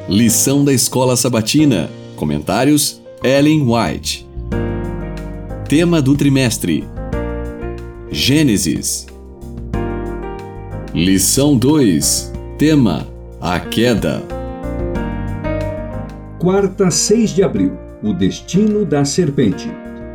Lição da Escola Sabatina. Comentários: Ellen White. Tema do trimestre: Gênesis. Lição 2. Tema: A queda. Quarta, 6 de abril. O destino da serpente.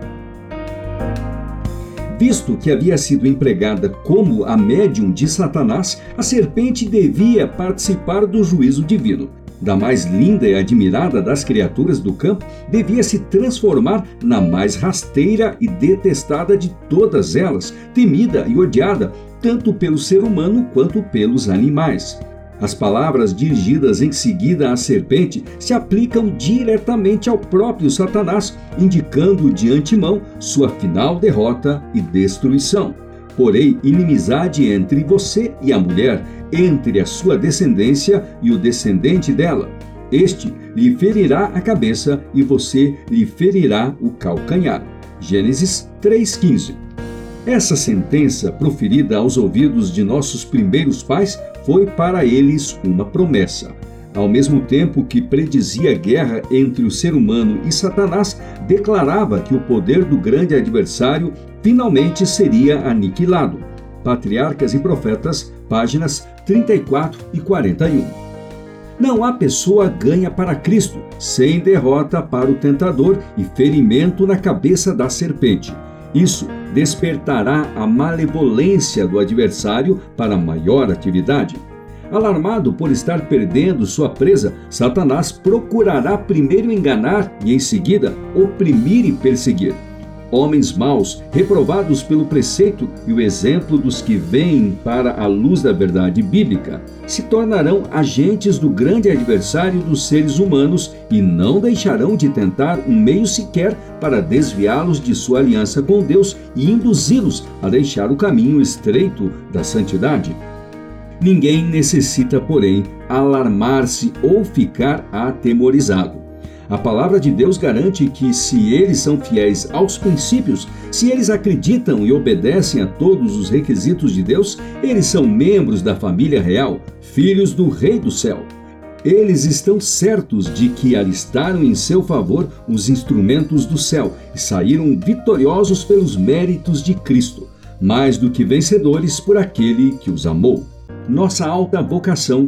Visto que havia sido empregada como a médium de Satanás, a serpente devia participar do juízo divino. Da mais linda e admirada das criaturas do campo, devia se transformar na mais rasteira e detestada de todas elas, temida e odiada tanto pelo ser humano quanto pelos animais. As palavras dirigidas em seguida à serpente se aplicam diretamente ao próprio Satanás, indicando de antemão sua final derrota e destruição. Porém, inimizade entre você e a mulher, entre a sua descendência e o descendente dela. Este lhe ferirá a cabeça e você lhe ferirá o calcanhar. Gênesis 3,15. Essa sentença, proferida aos ouvidos de nossos primeiros pais, foi para eles uma promessa. Ao mesmo tempo que predizia guerra entre o ser humano e Satanás, declarava que o poder do grande adversário finalmente seria aniquilado. Patriarcas e Profetas, páginas 34 e 41. Não há pessoa ganha para Cristo, sem derrota para o tentador e ferimento na cabeça da serpente. Isso despertará a malevolência do adversário para maior atividade. Alarmado por estar perdendo sua presa, Satanás procurará primeiro enganar e, em seguida, oprimir e perseguir. Homens maus, reprovados pelo preceito e o exemplo dos que vêm para a luz da verdade bíblica, se tornarão agentes do grande adversário dos seres humanos e não deixarão de tentar um meio sequer para desviá-los de sua aliança com Deus e induzi-los a deixar o caminho estreito da santidade. Ninguém necessita, porém, alarmar-se ou ficar atemorizado. A palavra de Deus garante que, se eles são fiéis aos princípios, se eles acreditam e obedecem a todos os requisitos de Deus, eles são membros da família real, filhos do Rei do Céu. Eles estão certos de que alistaram em seu favor os instrumentos do céu e saíram vitoriosos pelos méritos de Cristo, mais do que vencedores por aquele que os amou. Nossa Alta Vocação,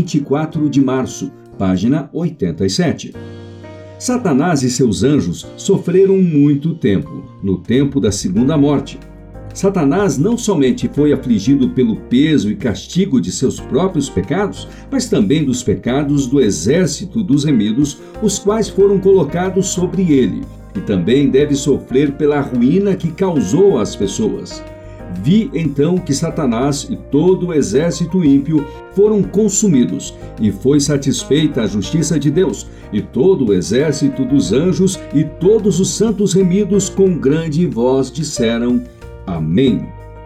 24 de março, página 87. Satanás e seus anjos sofreram muito tempo, no tempo da segunda morte. Satanás não somente foi afligido pelo peso e castigo de seus próprios pecados, mas também dos pecados do exército dos remidos, os quais foram colocados sobre ele, e também deve sofrer pela ruína que causou às pessoas. Vi então que Satanás e todo o exército ímpio foram consumidos, e foi satisfeita a justiça de Deus, e todo o exército dos anjos e todos os santos remidos com grande voz disseram: Amém.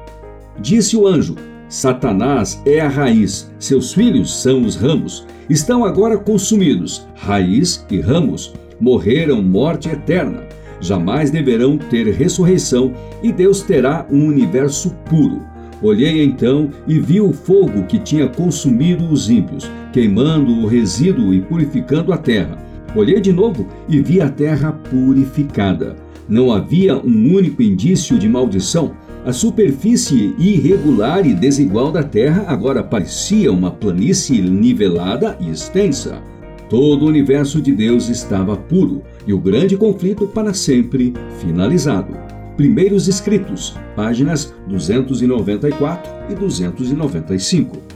Disse o anjo: Satanás é a raiz, seus filhos são os ramos. Estão agora consumidos, raiz e ramos. Morreram morte eterna. Jamais deverão ter ressurreição, e Deus terá um universo puro. Olhei então e vi o fogo que tinha consumido os ímpios, queimando o resíduo e purificando a terra. Olhei de novo e vi a terra purificada. Não havia um único indício de maldição. A superfície irregular e desigual da terra agora parecia uma planície nivelada e extensa. Todo o universo de Deus estava puro e o grande conflito para sempre finalizado. Primeiros Escritos, páginas 294 e 295.